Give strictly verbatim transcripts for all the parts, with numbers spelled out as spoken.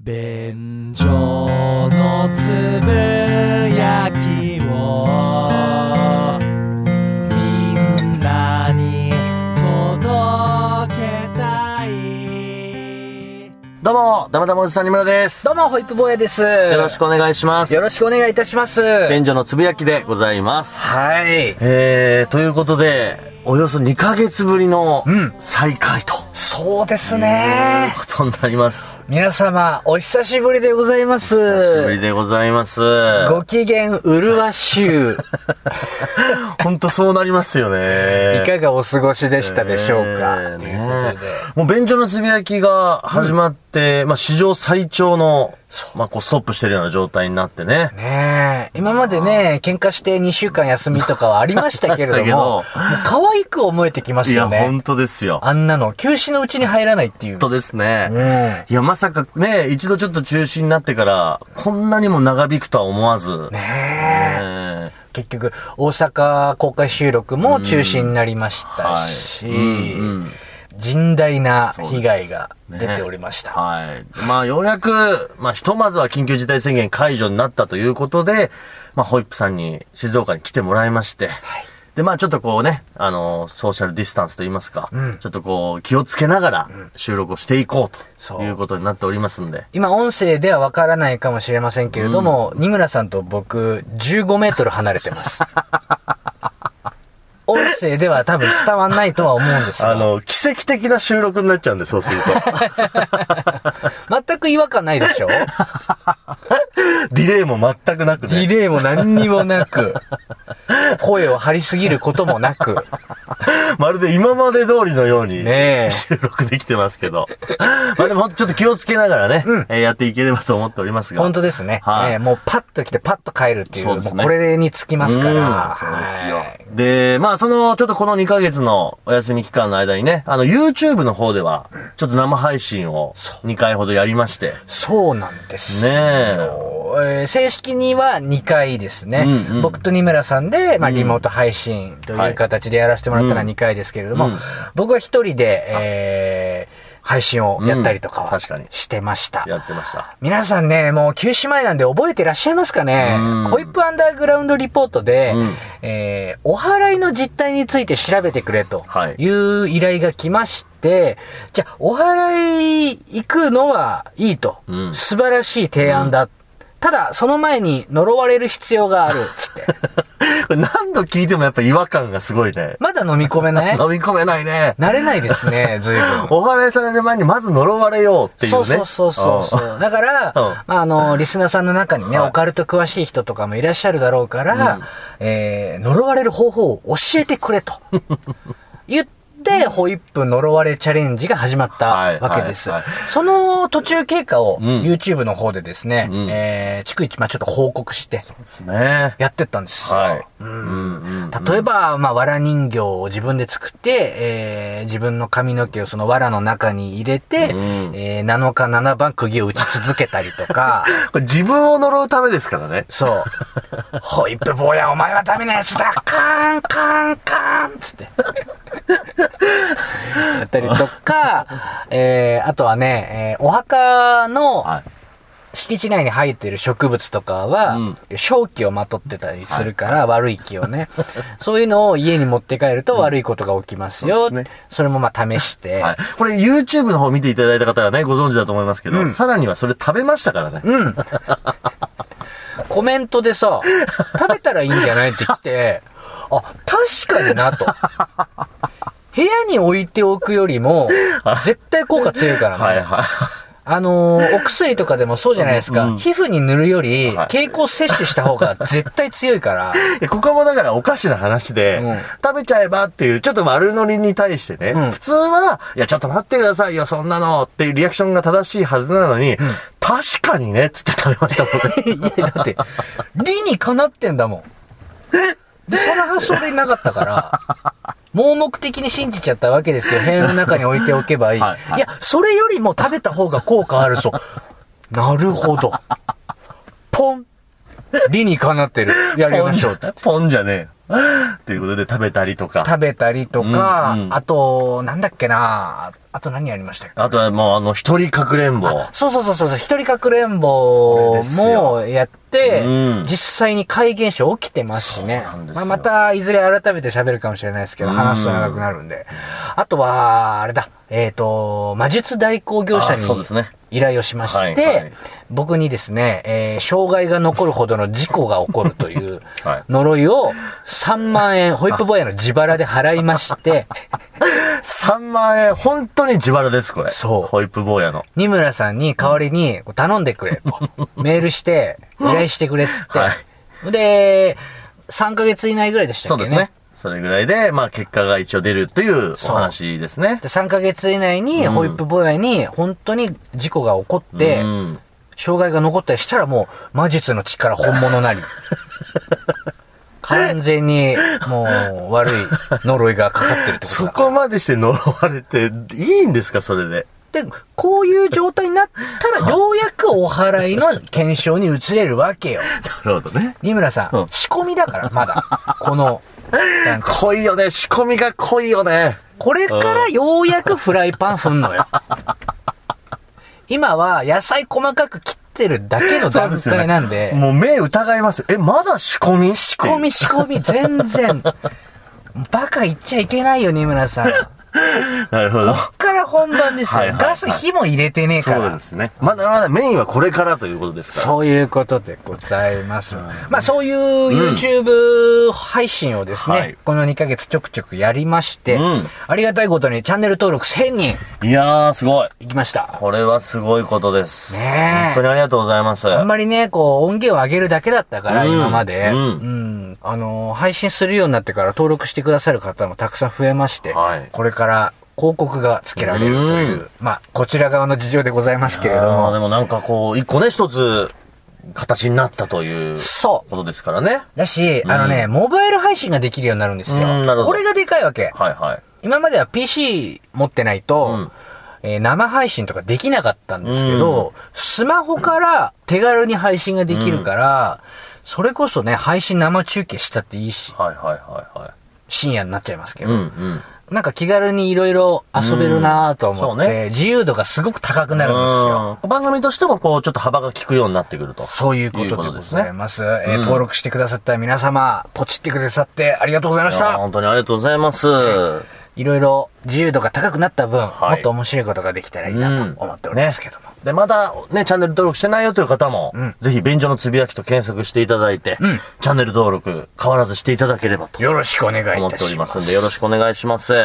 便所のつぶやきをみんなに届けたい。 どうも、ダマダマおじさんにむらです。 どうも、ホイップ坊やです。 よろしくお願いします。 よろしくお願いいたします。 便所のつぶやきでございます。 はい。 えー、ということで、およそにかげつぶりの再会と、うん、 そうですね。 ことになります。 皆様、お久しぶりでございます。 お久しぶりでございます。 ご機嫌うるわしゅう。 ほんとそうなりますよね。 いかがお過ごしでしたでしょうか。 えー、ね、もう便所のつぶやきが始まって、うん、まあ史上最長のまあ、こうストップしてるような状態になってね。 ねえ。今までね、喧嘩してにしゅうかん休みとかはありましたけれども、もう可愛く思えてきますよね。 いや、本当ですよ。 あんなの、休止のうちに入らないっていう。 本当ですね。うん、いや、まさかね、一度ちょっと中止になってから、こんなにも長引くとは思わず。 ねえ。ね結局、大阪公開収録も中止になりましたし、うんはいうんうん甚大な被害が出ておりました。ね、 はい。まあ、ようやく、まあ、ひとまずは緊急事態宣言解除になったということで、まあ、ホイップさんに静岡に来てもらいまして、はい、で、まあ、ちょっとこうね、あの、ソーシャルディスタンスといいますか、うん、ちょっとこう、気をつけながら収録をしていこうということになっておりますんで。 今、音声ではわからないかもしれませんけれども、二、うん、村さんと僕、じゅうごメートル離れてます。音声では多分伝わんないとは思うんですが。 あの、奇跡的な収録になっちゃうんで、そうすると。 全く違和感ないでしょディレイも全くなくね。ディレイも何にもなく、声を張りすぎることもなく。 まるで今まで通りのように収録できてますけど。まあでもちょっと気をつけながらね、うんえー、やっていければと思っておりますが。 本当ですね。はいえー、もうパッと来てパッと帰るっていう、そうですね、もうこれにつきますから。 そうですよ。で、まあその、ちょっとこのにかげつのお休み期間の間にね、あの YouTube の方では、ちょっと生配信をにかいほどやりまして。 そうなんですねえ。 えー、正式にはにかいですね。うんうん、僕と二村さんで、まあ、リモート配信という形でやらせてもらったのはにかいですけれども、うんうん、僕は一人で、えー、配信をやったりとかはしてました、 うん。やってました。 皆さんね、もう休止前なんで覚えてらっしゃいますかね、うん、ホイップアンダーグラウンドリポートで、うんえー、お祓いの実態について調べてくれという依頼が来まして、はい、じゃあ、お祓い行くのはいいと。うん、素晴らしい提案だ。うんただ、その前に呪われる必要がある、つって。 これ何度聞いてもやっぱ違和感がすごいね。 まだ飲み込めない飲み込めないね。 慣れないですね、随分。 お祓いされる前にまず呪われようっていうね。 そうそうそうそう。だから、うんまあ、あの、リスナーさんの中にね、はい、オカルト詳しい人とかもいらっしゃるだろうから、うん、えー、呪われる方法を教えてくれと。言って、で、ホイップ呪われチャレンジが始まったわけです。はいはいはい、その途中経過を YouTube の方でですね、うん、えー、逐一、まあちょっと報告して、そうですね。やってったんですよ。はいうんうんうん、例えば、まあ藁人形を自分で作って、えー、自分の髪の毛をその藁の中に入れて、うんえー、なのかななばん釘を打ち続けたりとか。 これ自分を呪うためですからね。 そう。ホイップ坊やお前はダメなやつだカーンカーンカーンつって。やったりとか、えー、あとはね、えー、お墓の敷地内に生えている植物とかは、うん、正気をまとってたりするから、はい、悪い気をね。そういうのを家に持って帰ると悪いことが起きますよ。うん、 そ, ね、それもまあ試して、はい。 これ YouTube の方見ていただいた方はね、ご存知だと思いますけど、うん、さらにはそれ食べましたからね。うん。 コメントでさ、食べたらいいんじゃないって来て、あ、確かになと。部屋に置いておくよりも、絶対効果強いからね。はいはい、あのー、お薬とかでもそうじゃないですか。うんうん、皮膚に塗るより、経口摂取した方が絶対強いから。 ここもだからおかしな話で、うん、食べちゃえばっていう、ちょっと悪ノリに対してね、うん、普通は、いやちょっと待ってくださいよ、そんなのっていうリアクションが正しいはずなのに、うん、確かにね、つって食べましたもんね。 いや、だって、理にかなってんだもん。で、その発想でなかったから、盲目的に信じちゃったわけですよ。部屋の中に置いておけばいい。はいはい、いや、それよりも食べた方が効果あるそう。なるほど。ポン。理にかなってる。やりましょう。 ポンじゃねえ。 ということで食べたりとか。 食べたりとか、 うんうん、 あと、なんだっけなあと何やりましたっけ？ あとはもうあの、一人かくれんぼ。 そうそうそうそう、一人かくれんぼもやって、うん、実際に怪現象起きてますしね。まあ、また、いずれ改めて喋るかもしれないですけど、話すと長くなるんで。あとは、あれだ、えっと、魔術代行業者に依頼をしまして、はいはい、僕にですね、えー、障害が残るほどの事故が起こるという呪いをさんまんえん、ホイップ坊やの自腹で払いまして、 さんまんえん、本当に自腹です、これ。 そう。 ホイップ坊やの。 二村さんに代わりに頼んでくれと。メールして、依頼してくれっつって。はい、で、さんかげつ以内ぐらいでしたっけね。そうですね。 それぐらいで、まあ結果が一応出るというお話ですね。 でさんかげつ以内に、ホイップ坊やに本当に事故が起こって、うん、障害が残ったりしたらもう魔術の力本物なり。完全に、もう、悪い呪いがかかってるってことだから。 そこまでして呪われていいんですか、それで。 で、こういう状態になったら、ようやくお払いの検証に移れるわけよ。 なるほどね。 二村さん、うん、仕込みだから、まだ。この、 なんか。濃いよね、仕込みが濃いよね。 これからようやくフライパン踏んのよ。今は野菜細かく切ってるだけの段階なんで。 ね、もう目疑いますよ。え、まだ仕込み仕込み仕込み、全然。バカ言っちゃいけないよ、二村さん。 なるほど。 こっから本番ですよ。はいはいはい、ガス火も入れてねえから。 そうですね。まだまだメインはこれからということですから。 そういうことでございます。うん、まあそういう YouTube 配信をですね、うんはい、このにかげつちょくちょくやりまして、うん、ありがたいことにチャンネル登録せんにん。 いやー、すごい。 行きました。 これはすごいことです。 ね本当にありがとうございます。 あんまりね、こう音源を上げるだけだったから、うん、今まで。うん。うん、あのー、配信するようになってから登録してくださる方もたくさん増えまして、はい、これから広告がつけられるという、うまあ、こちら側の事情でございますけれども。 でもなんかこう、一個ね、一つ、形になったという。そう。ことですからね。 だし、あのね、うん、モバイル配信ができるようになるんですよ。なるほど。これがでかいわけ。はいはい。今までは ピーシー 持ってないと、うんえー、生配信とかできなかったんですけど、うん、スマホから手軽に配信ができるから、うん、それこそね、配信生中継したっていいし。はいはいはいはい。深夜になっちゃいますけど。うんうんなんか気軽にいろいろ遊べるなぁと思って、ね、自由度がすごく高くなるんですよ。 番組としてもこう、ちょっと幅が利くようになってくると。 そういうことでございます。ますえーうん、登録してくださった皆様、ポチってくださってありがとうございました。 本当にありがとうございます。 いろいろ自由度が高くなった分、はい、もっと面白いことができたらいいなと思っておりますけども。 うんね、で、まだね、チャンネル登録してないよという方も、うん、ぜひ、便所のつぶやきと検索していただいて、うん、チャンネル登録変わらずしていただければと。 よろしくお願いいたします。 思っておりますんで、よろしくお願いします。 はい。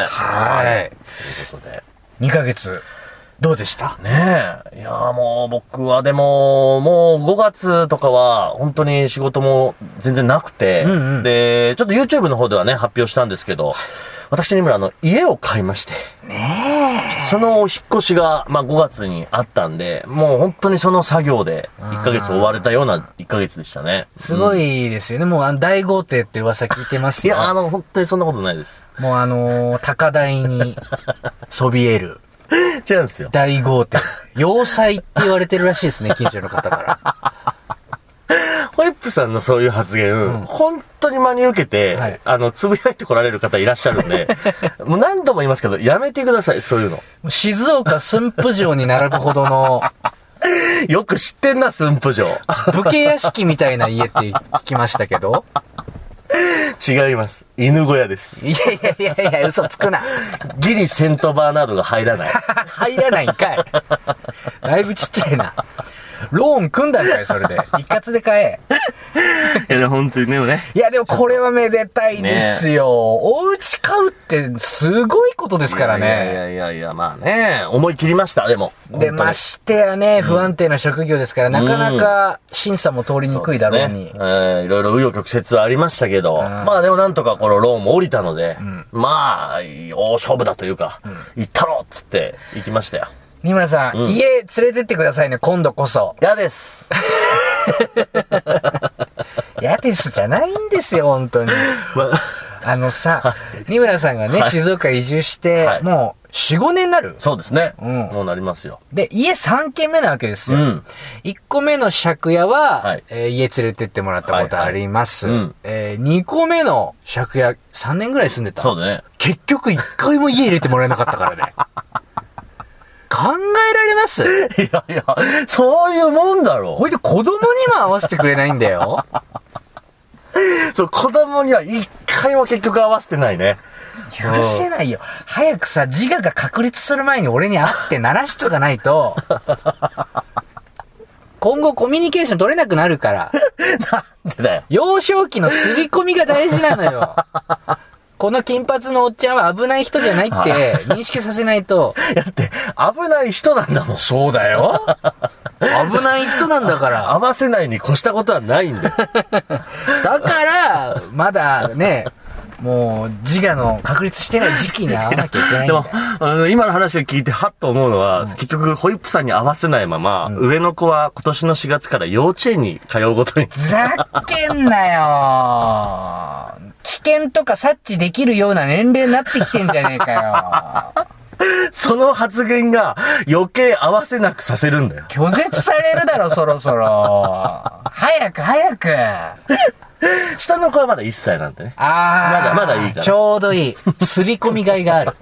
ということで。にかげつ、どうでしたねえ。いやーもう僕はでも、もうごがつとかは本当に仕事も全然なくて、うんうん、で、ちょっと YouTube の方ではね、発表したんですけど、私にもあの、家を買いまして。ねえ。そのお引っ越しが、まあごがつにあったんで、もう本当にその作業でいっかげつ追われたようないっかげつでしたね。 すごいですよね。うん、もうあの大豪邸って噂聞いてますよ。いや、あの、本当にそんなことないです。 もうあのー、高台にそびえる。 違うんですよ。 大豪邸。要塞って言われてるらしいですね、近所の方から。 ホイップさんのそういう発言、うん、本当に真に受けて、はい、あの、つぶやいて来られる方いらっしゃるんで、もう何度も言いますけど、やめてください、そういうの。 静岡駿府城に並ぶほどの、 よく知ってんな、駿府城。 武家屋敷みたいな家って聞きましたけど。 違います。犬小屋です。 いやいやいやいや、嘘つくな。 ギリセントバーナードが入らない。 入らないんかい。だいぶちっちゃいな。ローン組んだんかい、それで。一括で買え。 いや、本当にね、ね。 いや、でもこれはめでたいですよ。ね、お家買うってすごいことですからね。いやいやいやいや、まあね。思い切りました、でも。 で、ましてやね、不安定な職業ですから、うん、なかなか審査も通りにくいだろうに。 うね、えー、いろいろ紆余曲折はありましたけど、うん、まあでもなんとかこのローンも降りたので、うん、まあ、大勝負だというか、うん、行ったろっつって行きましたよ。 二村さん、うん、家連れてってくださいね、今度こそ。 嫌です。 嫌ですじゃないんですよ、本当に。まあのさ、二村さんがね、はい、静岡移住して、はい、もうよん、ごねんになる。 そうですね。 うんもうなりますよ。 で、家さんけんめなわけですよ。 うんいっこめの借家は、 はいえー家連れてってもらったことあります。 はいはいうんえーにこめの借家、さんねんぐらい住んでた。 そうだね。 結局いっかいも家入れてもらえなかったからね。考えられます？ いやいや、そういうもんだろほいで子供にも合わせてくれないんだよ。 そう、子供には一回も結局合わせてないね。 許せないよ。早くさ、自我が確立する前に俺に会って鳴らしとかないと、今後コミュニケーション取れなくなるから。 なんでだよ。 幼少期の刷り込みが大事なのよ。この金髪のおっちゃんは危ない人じゃないって認識させないと。 だって、危ない人なんだもん。 そうだよ。危ない人なんだから。 合わせないに越したことはないんだよ。 だから、まだね、もう自我の確立してない時期に会わなきゃいけないんだよ。 でも、あの、今の話を聞いてハッと思うのは、うん、結局ホイップさんに合わせないまま、うん、上の子は今年のしがつから幼稚園に通うことに。 ざけんなよ。危険とか察知できるような年齢になってきてんじゃねえかよ。 その発言が余計合わせなくさせるんだよ。 拒絶されるだろ、そろそろ。早く早く。 下の子はまだいっさいなんでね。 ああ。 まだ、まだいいから。 ちょうどいい。すり込みがいがある。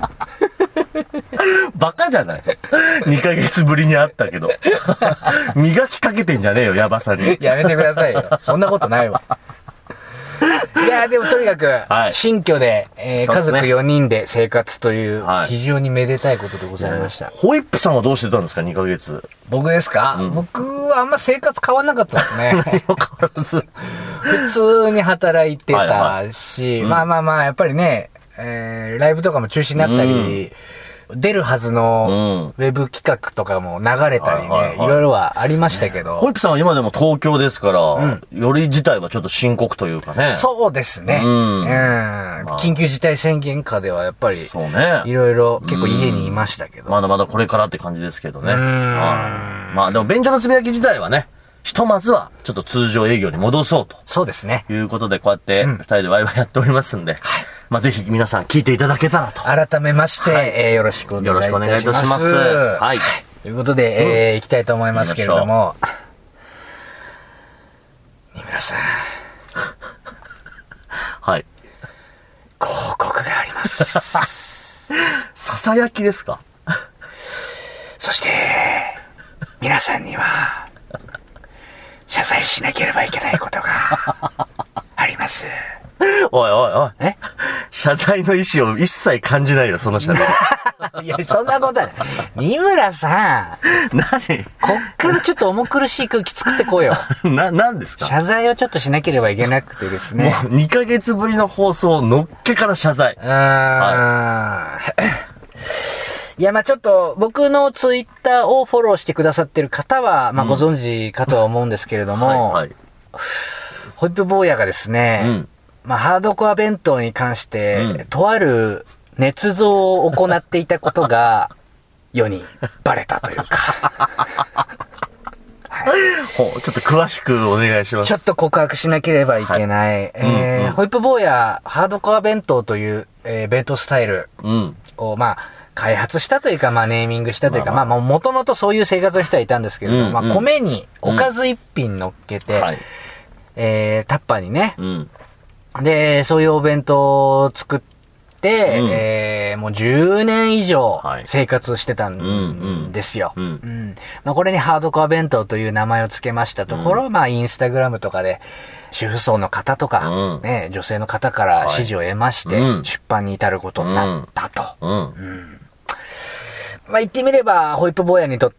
バカじゃない ?に ヶ月ぶりに会ったけど。磨きかけてんじゃねえよ、ヤバさに。 やめてくださいよ。そんなことないわ。いや、でもとにかく、はい、新居で、えー、家族よにんで生活という、非常にめでたいことでございました。はい、 ホイップさんはどうしてたんですか、にかげつ。 僕ですか、うん、僕はあんま生活変わんなかったですね。 変わらず。 普通に働いてたし、はいはいうん、まあまあまあ、やっぱりね、えー、ライブとかも中止になったり、うん、出るはずのウェブ企画とかも流れたりね、はいはいはい、いろいろはありましたけど。 ホイップさんは今でも東京ですから、うん、より事態はちょっと深刻というかね。 そうですね。うん。うんまあ、緊急事態宣言下ではやっぱり、そうね。いろいろ結構家にいましたけど。 まだまだこれからって感じですけどね。うん。まあでも便所のつぶやき自体はね、ひとまずはちょっと通常営業に戻そうと。 そうですね。 いうことでこうやって二人でワイワイやっておりますんで。うん、はい。まあ、ぜひ皆さん聞いていただけたらと。 改めまして、はい、えー、よろしくお願いいたします。よろしくお願いいたします。 はい。 ということで、うん、えー、行きたいと思いますけれども。二村さん。 はい。 広告があります。 ささやきですか？ そして、皆さんには、謝罪しなければいけないことがあります。 おいおいおい。 え謝罪の意思を一切感じないよ、その謝罪。 いや、そんなことない。三村さん。何こっからちょっと重苦しい空気作ってこうよ。な、 なんですか？ 謝罪をちょっとしなければいけなくてですね。 もうにかげつぶりの放送のっけから謝罪。 うーん。はい、いや、ま、ちょっと、僕のツイッターをフォローしてくださってる方は、まあ、ご存知かとは思うんですけれども、はいはい、ホイップ坊やがですね、うんまあ、ハードコア弁当に関して、うん、とある捏造を行っていたことが、世にバレたというか。 はい、ほうちょっと詳しくお願いします。 ちょっと告白しなければいけない。はい、えーうんうん、ホイップ坊や、ハードコア弁当という、えー、弁当スタイルを、うん、まあ、開発したというか、まあ、ネーミングしたというか、まあ、まあ、もともとそういう生活の人はいたんですけれども、うんうん、まあ、米におかず一品乗っけて、うんはい、えー、タッパーにね、うんで、そういうお弁当を作って、うん、えー、もうじゅうねん以上生活してたんですよ。うんうんうんまあ、これにハードコア弁当という名前を付けましたところ、うん、まあ、インスタグラムとかで、主婦層の方とか、うん、ね、女性の方から支持を得まして、はい、出版に至ることになったと。うんうんうんまあ、言ってみれば、ホイップ坊やにとって、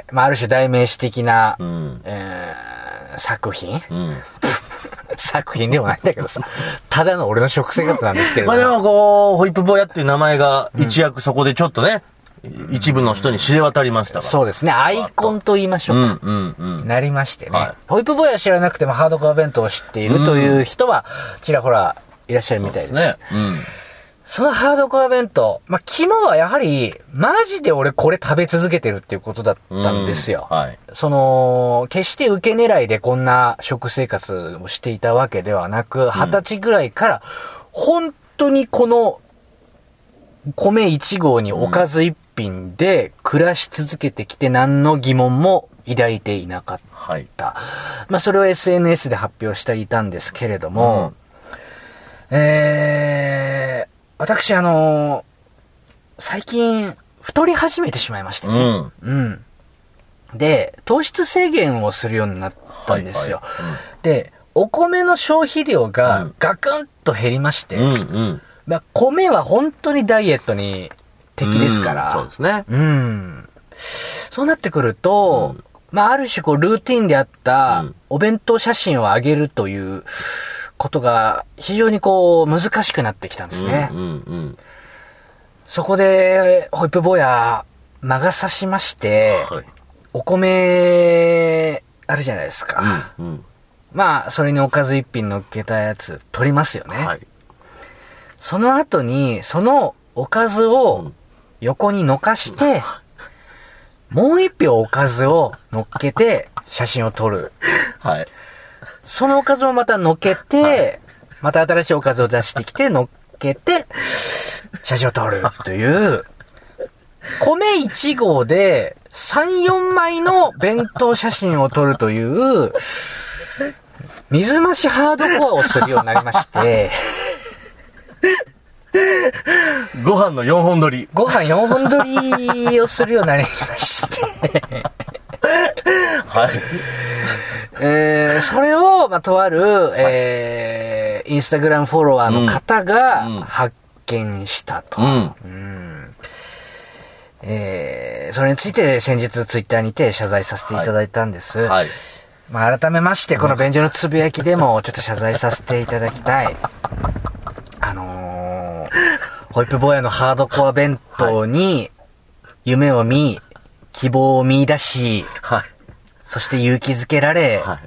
まあ、ある種代名詞的な、うんえー、作品、うん作品でもないんだけどさ、ただの俺の食生活なんですけれども。 まあでもこう、ホイップ坊やっていう名前が一躍そこでちょっとね、うん、一部の人に知れ渡りましたから。 そうですね、アイコンと言いましょうか。うんうんうん、なりましてね、はい。ホイップ坊や知らなくてもハードコア弁当を知っているという人は、ちらほらいらっしゃるみたいです。そうですね。うんそのハードコア弁当、まあ、肝はやはり、マジで俺これ食べ続けてるっていうことだったんですよ。うんはい、その、決して受け狙いでこんな食生活をしていたわけではなく、二十歳ぐらいから、本当にこの、 米いち合におかずいっ品で暮らし続けてきて何の疑問も抱いていなかった。はい、まあそれを エスエヌエス で発表していたんですけれども、うん、えー、私あのー、最近太り始めてしまいましてね。うん。うん。で、糖質制限をするようになったんですよ。はいはい、うん、で、お米の消費量がガクンと減りまして、うんうん、まあ、米は本当にダイエットに敵ですから、 うん、そうですね。 うん。そうなってくると、うん、まあ、ある種こう、ルーティンであった、お弁当写真を上げるということが、非常にこう、難しくなってきたんですね。うんうんうん、そこで、ホイップ坊や、魔が差しまして、はい、お米、あるじゃないですか。うんうん、まあ、それにおかず一品乗っけたやつ、取りますよね。はい、その後に、そのおかずを横にのかして、うんもう一票おかずを乗っけて写真を撮る。はい。そのおかずをまた乗っけて、はい、また新しいおかずを出してきて乗っけて写真を撮るという、米いち合でさん、よんまいの弁当写真を撮るという、水増しハードコアをするようになりまして、 ご飯のよんほん撮り。 ご飯よんほん撮りをするようになりまして。はい。えー、それを、まあ、とある、えー、インスタグラムフォロワーの方が発見したと。うんうんうんえー、それについて先日ツイッターにて謝罪させていただいたんです。はい。はい、まあ、改めまして、この便所のつぶやきでもちょっと謝罪させていただきたい。あのー、ホイップ坊やのハードコア弁当に夢を見、希望を見出し、はい、そして勇気づけられ、はい、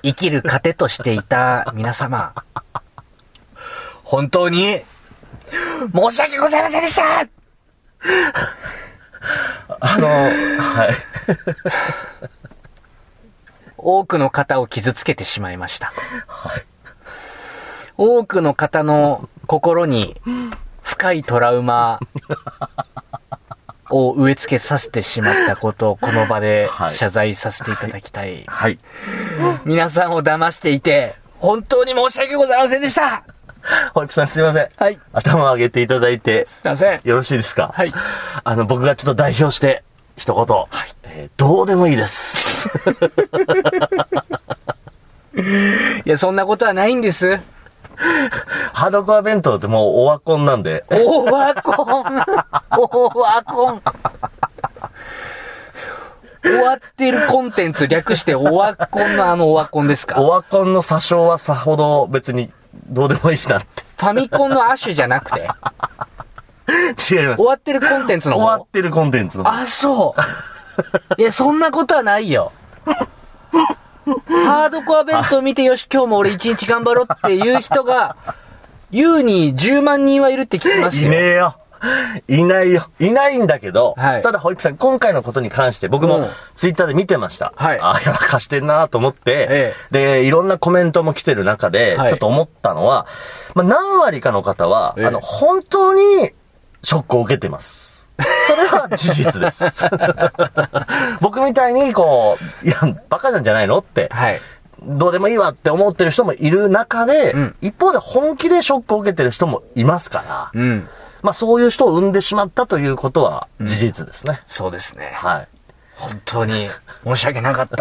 生きる糧としていた皆様、本当に申し訳ございませんでしたあのー、はい。多くの方を傷つけてしまいました。はい。多くの方の心に深いトラウマを植え付けさせてしまったことをこの場で謝罪させていただきたい。はい。はい、皆さんを騙していて本当に申し訳ございませんでした。 ホイップさんすいません。はい。頭を上げていただいて。 すいません。 よろしいですか？ はい。 あの、僕がちょっと代表して一言。はい。えー、どうでもいいです。 いや、そんなことはないんです。 ハードコア弁当ってもうオワコンなんで。 オワコンオワコン終わってるコンテンツ略してオワコンのあのオワコンですか？ オワコンの詐称はさほど別にどうでもいいなって。 ファミコンの亜種じゃなくて違います。 終わってるコンテンツの方。 終わってるコンテンツの方。 あ、そう。いや、そんなことはないよ。ハードコア弁当見てよし、今日も俺一日頑張ろうっていう人が、優にじゅうまんにんはいるって聞きますよ。 いねえよ。いないよ。いないんだけど、はい、ただ、ホイップさん、今回のことに関して僕もツイッターで見てました。はい、ああ、やらかしてんなと思って、ええ、で、いろんなコメントも来てる中で、ちょっと思ったのは、まあ、何割かの方は、ええ、あの、本当にショックを受けてます。それは事実です。僕みたいに、こう、いや、バカなんじゃないのって、はい、どうでもいいわって思ってる人もいる中で、うん、一方で本気でショックを受けてる人もいますから、うん、まあそういう人を生んでしまったということは事実ですね。 うん、そうですね。はい。本当に申し訳なかった。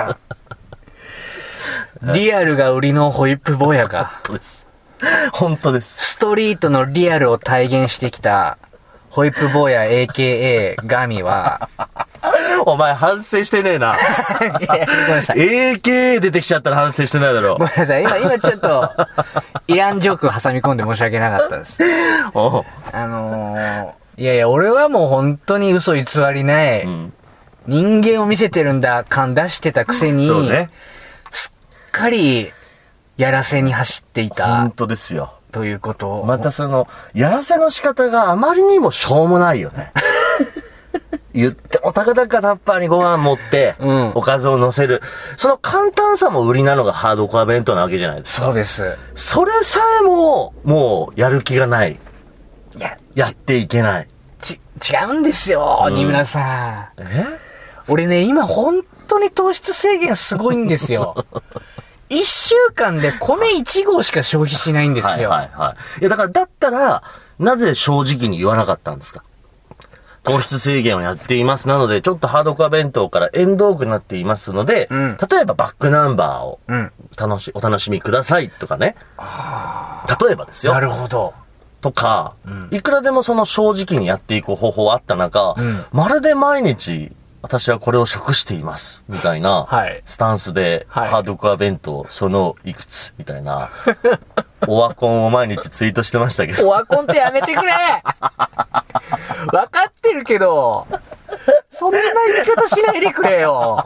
リアルが売りのホイップ坊やが。 本当です。本当です。 ストリートのリアルを体現してきたホイップ坊や エーケーエー ガミは、 お前反省してねえな。いや、ごめんなさい。エーケーエー 出てきちゃったら反省してないだろ。 ごめんなさい。今、今ちょっと、イランジョークを挟み込んで申し訳なかったです。おあのー、いやいや、俺はもう本当に嘘偽りない、うん、人間を見せてるんだ感出してたくせに、そうね、すっかり、やらせに走っていた。 本当ですよ。 ということを。 またその、やらせの仕方があまりにもしょうもないよね。言ってもたかだかタッパーにご飯持って、うん、おかずを乗せる。その簡単さも売りなのがハードコア弁当なわけじゃないですか。 そうです。 それさえも、もう、やる気がない。 いや、 やっていけない。 ち、違うんですよ、 うん新村さん。 え俺ね、今本当に糖質制限すごいんですよ。一週間で米いち合しか消費しないんですよ。 はいはいはい。いやだからだったら、なぜ正直に言わなかったんですか？糖質制限をやっています。なので、ちょっとハードコア弁当から縁遠くなっていますので、うん、例えばバックナンバーを楽し、お楽しみくださいとかね。例えばですよ。 なるほど。 とか、うん、いくらでもその正直にやっていく方法あった中、うん、まるで毎日、私はこれを食しています。みたいな、スタンスで、はい、ハードコア弁当、そのいくつみたいな、オワコンを毎日ツイートしてましたけど。 オワコンってやめてくれわかってるけど、そんな言い方しないでくれよ。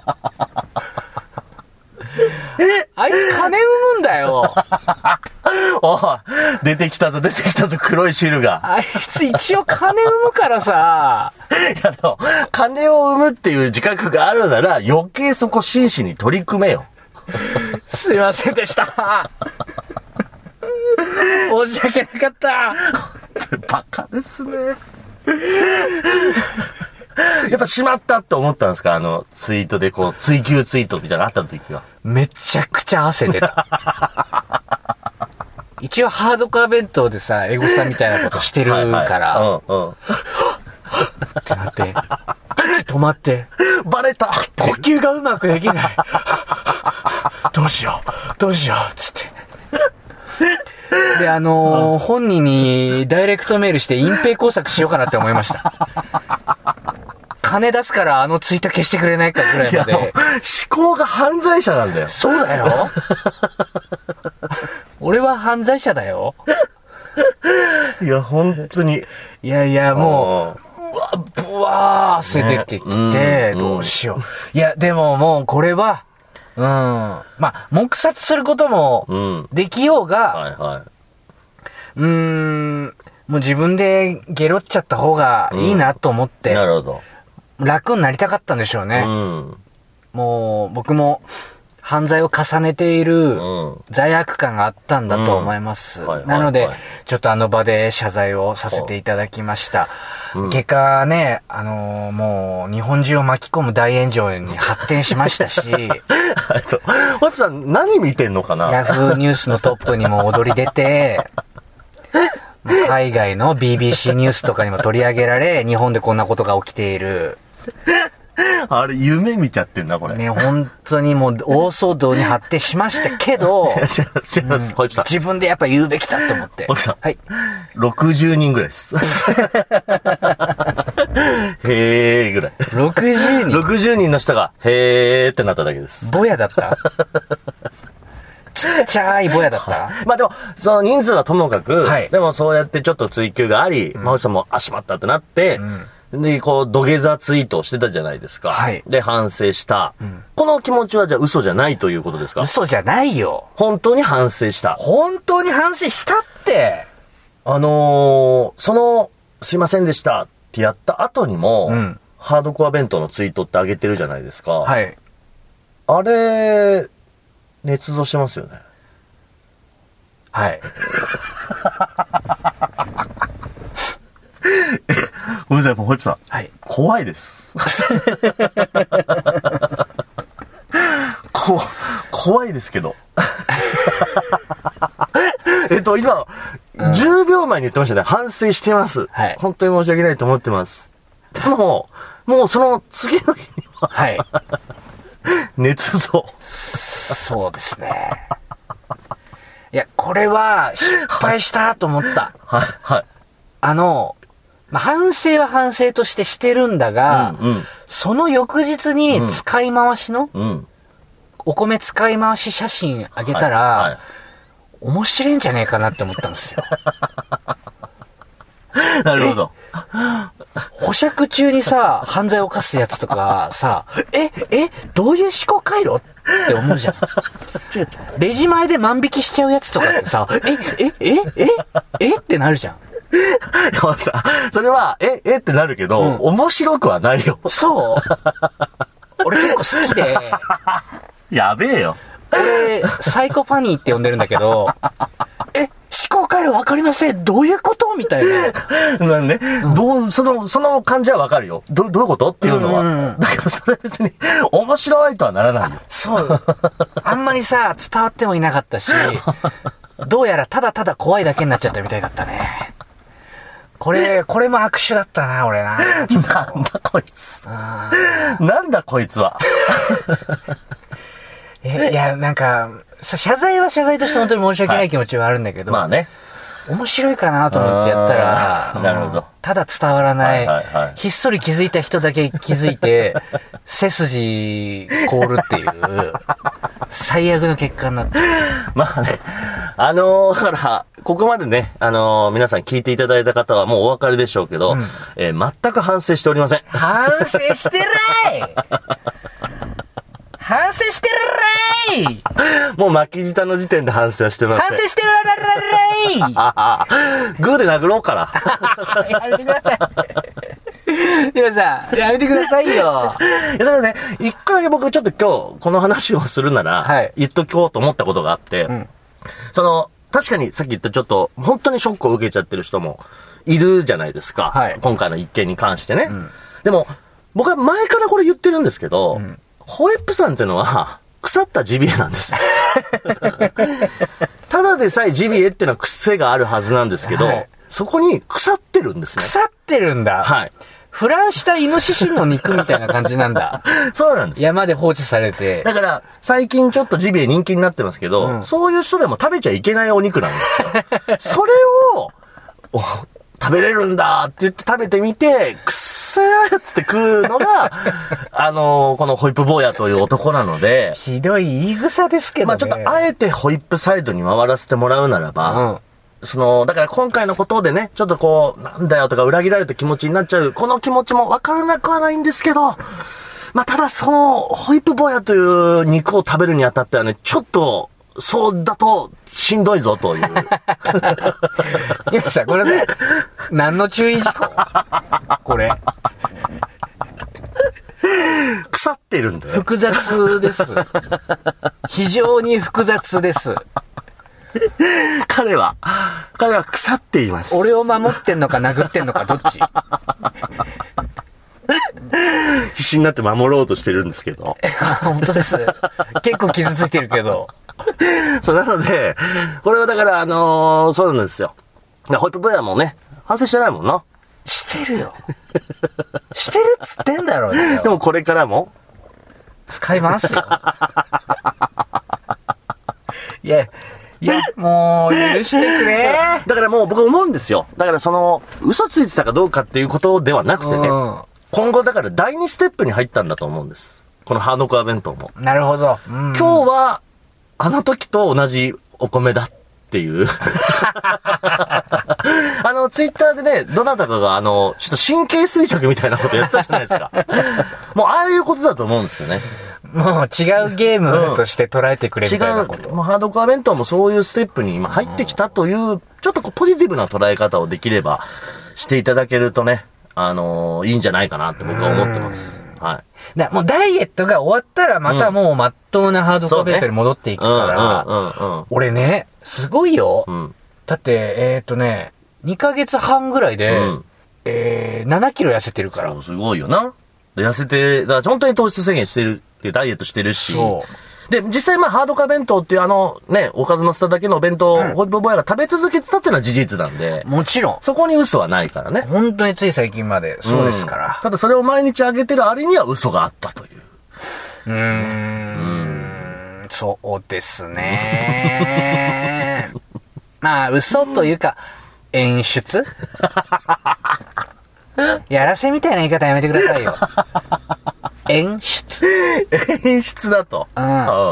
あいつ金生むんだよ。 おい、出てきたぞ、出てきたぞ、黒い汁が。 あいつ一応金生むからさ。 いやでも、金を生むっていう自覚があるなら、余計そこ真摯に取り組めよ。 すいませんでした。申し訳なかった。 バカですね。やっぱしまったって思ったんですか？あの、ツイートでこう、追求ツイートみたいなのあった時は。 めちゃくちゃ汗出た。一応ハードコア弁当でさ、エゴサみたいなことしてるから。はいはい、うんうん。ってなって。止まって。 バレた呼吸がうまくできない。どうしよう、どうしよう、つって。で、あのー、本人にダイレクトメールして隠蔽工作しようかなって思いました。金出すからあのツイート消してくれないかぐらいまで。思考が犯罪者なんだよ。 そうだよ。俺は犯罪者だよ。 いや、本当に。 いやいや、もう、うわ、ぶわー汗出てきて、ね、どうしよう。いや、でももうこれは、うん。まあ、黙殺することもできようが、うんはいはい、うーん、もう自分でゲロっちゃった方がいいなと思って、うん、 なるほど。 楽になりたかったんでしょうね。うん、もう、僕も犯罪を重ねている罪悪感があったんだと思います。うんはいはいはい、なので、ちょっとあの場で謝罪をさせていただきました。うん、結果ね、あのー、もう日本中を巻き込む大炎上に発展しましたし、 ホイップさん何見てんのかな？ ヤフーニュースのトップにも躍り出て、海外の ビービーシー ニュースとかにも取り上げられ、日本でこんなことが起きている。 あれ、夢見ちゃってんな、これ。 ね、本当にもう大騒動に発展しましたけど、 違います、違います、ホイップさん。 自分でやっぱ言うべきだと思って。 ホイップさん。 はい。 ろくじゅうにんぐらいです。へーぐらい。 ろくじゅうにん ?ろくじゅうにんの人が、へーってなっただけです。 ぼやだったちっちゃいぼやだった、 まあでも、その人数はともかく、はい、でもそうやってちょっと追求があり、うん、まあ、ホイップさんも、あ、しまったってなって、うん、で、こう、土下座ツイートをしてたじゃないですか。はい。で、反省した。うん、この気持ちはじゃあ嘘じゃないということですか？ 嘘じゃないよ。 本当に反省した。 本当に反省したって。 あのー、その、すいませんでしたってやった後にも、うん、ハードコア弁当のツイートって上げてるじゃないですか。はい。あれ、捏造してますよね。 はい。 ごめんなさい、もうホイップさん。 はい。 怖いです。こ、怖いですけど。えっと、今、うん、じゅうびょうまえに言ってましたね。反省してます。はい。本当に申し訳ないと思ってます。でも、もうその次の日には、はい。捏造。 そうですね。いや、これは失敗したと思った。はい、はい。あの、まあ、反省は反省としてしてるんだが、うんうん、その翌日に使い回しの、うん、お米使い回し写真あげたら、はいはい、面白いんじゃねえかなって思ったんですよ。 なるほど。 保釈中にさ、犯罪を犯すやつとかさ、え、え、どういう思考回路って思うじゃん。レジ前で万引きしちゃうやつとかってさ、え、え、え、え、えってなるじゃん。 山田さん、それは、え、えってなるけど、うん、面白くはないよ。 そう俺結構好きで。 やべえよ。 俺、サイコファニーって呼んでるんだけど、え、思の回路わかりません。どういうことみたいな。 なんで、うん、どう、その、その感じはわかるよ。ど、どういうことっていうのは。 うんうん、 だけどそれ別に面白いとはならないよ。 そう。あんまりさ、伝わってもいなかったし、どうやらただただ怖いだけになっちゃったみたいだったね。これ、これも握手だったな、俺な。 なんだこいつ。なんだこいつは。 え、いや、なんか、謝罪は謝罪として本当に申し訳ない気持ちはあるんだけど。 はい、まあね。 面白いかなと思ってやったら、 なるほど。 ただ伝わらない、 はいはいはい、 ひっそり気づいた人だけ気づいて、背筋凍るっていう、最悪の結果になって。 まあね、あのー、だから、ここまでね、あのー、皆さん聞いていただいた方はもうお分かりでしょうけど、うん、えー、全く反省しておりません。 反省してない反省してるらいもう巻き舌の時点で反省はしてません。 反省してるらららいグーで殴ろうかな。 やめてください。皆さん、やめてくださいよ。いや、 だからね、一回だけ僕ちょっと今日この話をするなら、はい、言っとこうと思ったことがあって、うん、その、確かにさっき言ったちょっと、本当にショックを受けちゃってる人もいるじゃないですか。はい、今回の一件に関してね。うん、でも、僕は前からこれ言ってるんですけど、うん、ホイップさんっていうのは、腐ったジビエなんです。ただでさえジビエっていうのは癖があるはずなんですけど、はい、そこに腐ってるんですね。 腐ってるんだ。 はい。 フランしたイノシシの肉みたいな感じなんだ。 そうなんです。 山で放置されて。 だから、最近ちょっとジビエ人気になってますけど、うん、そういう人でも食べちゃいけないお肉なんですよ。それを、食べれるんだって言って食べてみて、くっさーっつって食うのが、あのー、このホイップ坊やという男なので。 ひどい言い草ですけどね。 まあちょっとあえてホイップサイドに回らせてもらうならば、うん、その、だから今回のことでね、ちょっとこう、なんだよとか裏切られた気持ちになっちゃう、この気持ちもわからなくはないんですけど、まあただその、ホイップ坊やという肉を食べるにあたってはね、ちょっと、そうだと、しんどいぞという。 今さ、これね、何の注意事項これ。 腐ってるんだよ。 複雑です。非常に複雑です。 彼は、彼は腐っています。 俺を守ってんのか殴ってんのかどっち必死になって守ろうとしてるんですけど。 本当です。結構傷ついてるけど。 そう、なので、これはだから、あのー、そうなんですよ。ホイップ坊やもね、反省してないもんな。 してるよ。してるっつってんだろうよ。 でもこれからも使いますよ。いや、いや、もう、許してくれ。 だからもう僕思うんですよ。だからその、嘘ついてたかどうかっていうことではなくてね、うん、今後だから第二ステップに入ったんだと思うんです。このハードコア弁当も。 なるほど。 うん、今日は、あの時と同じお米だっていう。あの、ツイッターでね、どなたかがあの、ちょっと神経衰弱みたいなことやってたじゃないですか。もうああいうことだと思うんですよね。 もう違うゲームとして捉えてくれみたいなこと。 違う、もうハードコア弁当もそういうステップに今入ってきたという、ちょっとこうポジティブな捉え方をできればしていただけるとね、あのー、いいんじゃないかなって僕は思ってます。はい。 だもうダイエットが終わったらまたもう真っ当なハードコア弁当に戻っていくから、俺ね、すごいよ。うん、だって、えっとね、にかげつはんぐらいで、うん、えー、ななキロ痩せてるから。 そう、すごいよな。痩せて、だから本当に糖質制限してるってダイエットしてるし。そう。で、実際まあハードコア弁当っていうあのね、おかずのせただけの弁当を、うん、ホイップ坊やが食べ続けてたっていうのは事実なんで。 もちろん。 そこに嘘はないからね。 本当につい最近までそうですから。うん、 ただそれを毎日あげてるあれには嘘があったという。 うーん。うんそうですね。まあ嘘というか、演出やらせみたいな言い方やめてくださいよ。演出。 演出だと。うん。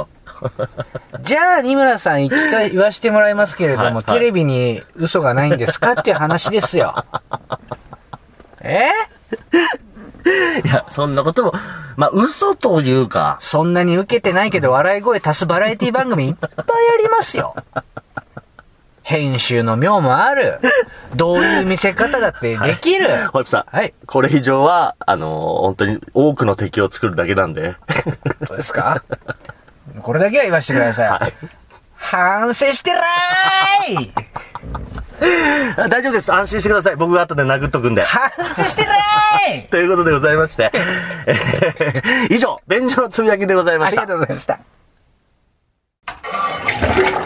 じゃあ、二村さん一回言わしてもらいますけれども、はいはい、テレビに嘘がないんですかっていう話ですよ。えいや、そんなことも、まあ、嘘というか。 そんなに受けてないけど、笑い声足すバラエティ番組いっぱいありますよ。編集の妙もある。どういう見せ方だってできる。 ホイップさん。はい。これ以上は、あのー、本当に多くの敵を作るだけなんで。 どうですか？これだけは言わせてください。はい、反省してらーい大丈夫です。安心してください。僕が後で殴っとくんで。 反省してねーということでございまして。以上、便所のつぶやきでございました。 ありがとうございました。